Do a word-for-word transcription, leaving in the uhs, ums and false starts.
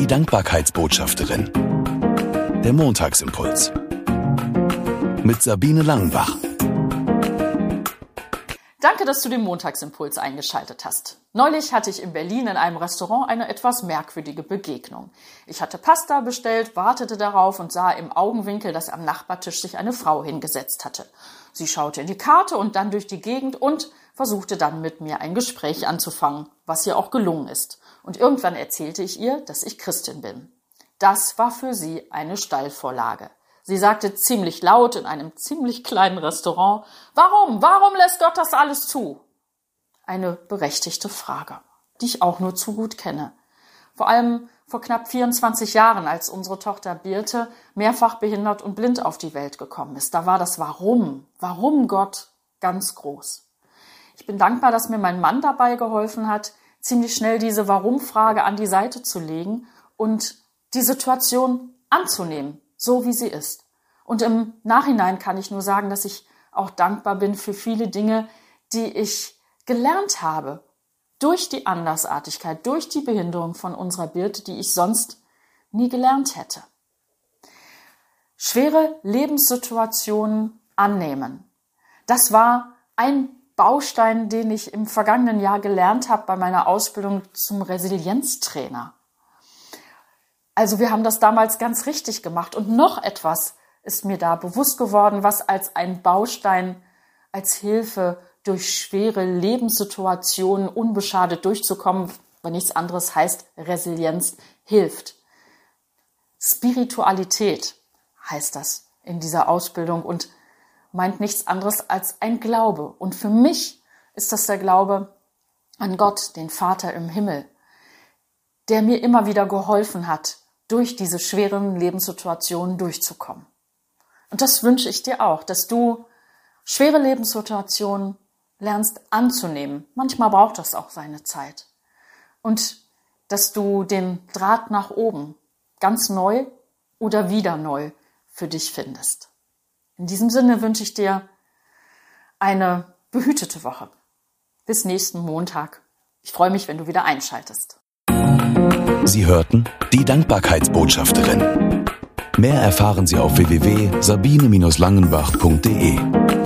Dankbarkeitsbotschafterin. Der Montagsimpuls. Mit Sabine Langenbach. Danke, dass du den Montagsimpuls eingeschaltet hast. Neulich hatte ich in Berlin in einem Restaurant eine etwas merkwürdige Begegnung. Ich hatte Pasta bestellt, wartete darauf und sah im Augenwinkel, dass am Nachbartisch sich eine Frau hingesetzt hatte. Sie schaute in die Karte und dann durch die Gegend und versuchte dann mit mir ein Gespräch anzufangen, was ihr auch gelungen ist. Und irgendwann erzählte ich ihr, dass ich Christin bin. Das war für sie eine Steilvorlage. Sie sagte ziemlich laut in einem ziemlich kleinen Restaurant: Warum, warum lässt Gott das alles zu? Eine berechtigte Frage, die ich auch nur zu gut kenne. Vor allem vor knapp vierundzwanzig Jahren, als unsere Tochter Birte mehrfach behindert und blind auf die Welt gekommen ist. Da war das Warum, warum Gott ganz groß. Ich bin dankbar, dass mir mein Mann dabei geholfen hat, ziemlich schnell diese Warum-Frage an die Seite zu legen und die Situation anzunehmen, so wie sie ist. Und im Nachhinein kann ich nur sagen, dass ich auch dankbar bin für viele Dinge, die ich gelernt habe, durch die Andersartigkeit, durch die Behinderung von unserer Birte, die ich sonst nie gelernt hätte. Schwere Lebenssituationen annehmen. Das war ein Baustein, den ich im vergangenen Jahr gelernt habe bei meiner Ausbildung zum Resilienztrainer. Also wir haben das damals ganz richtig gemacht. Und noch etwas ist mir da bewusst geworden, was als ein Baustein, als Hilfe durch schwere Lebenssituationen unbeschadet durchzukommen, wenn nichts anderes heißt, Resilienz hilft. Spiritualität heißt das in dieser Ausbildung und meint nichts anderes als ein Glaube. Und für mich ist das der Glaube an Gott, den Vater im Himmel, der mir immer wieder geholfen hat, durch diese schweren Lebenssituationen durchzukommen. Und das wünsche ich dir auch, dass du schwere Lebenssituationen lernst anzunehmen. Manchmal braucht das auch seine Zeit. Und dass du den Draht nach oben ganz neu oder wieder neu für dich findest. In diesem Sinne wünsche ich dir eine behütete Woche. Bis nächsten Montag. Ich freue mich, wenn du wieder einschaltest. Sie hörten die Dankbarkeitsbotschafterin. Mehr erfahren Sie auf w w w punkt sabine Langenbach punkt de.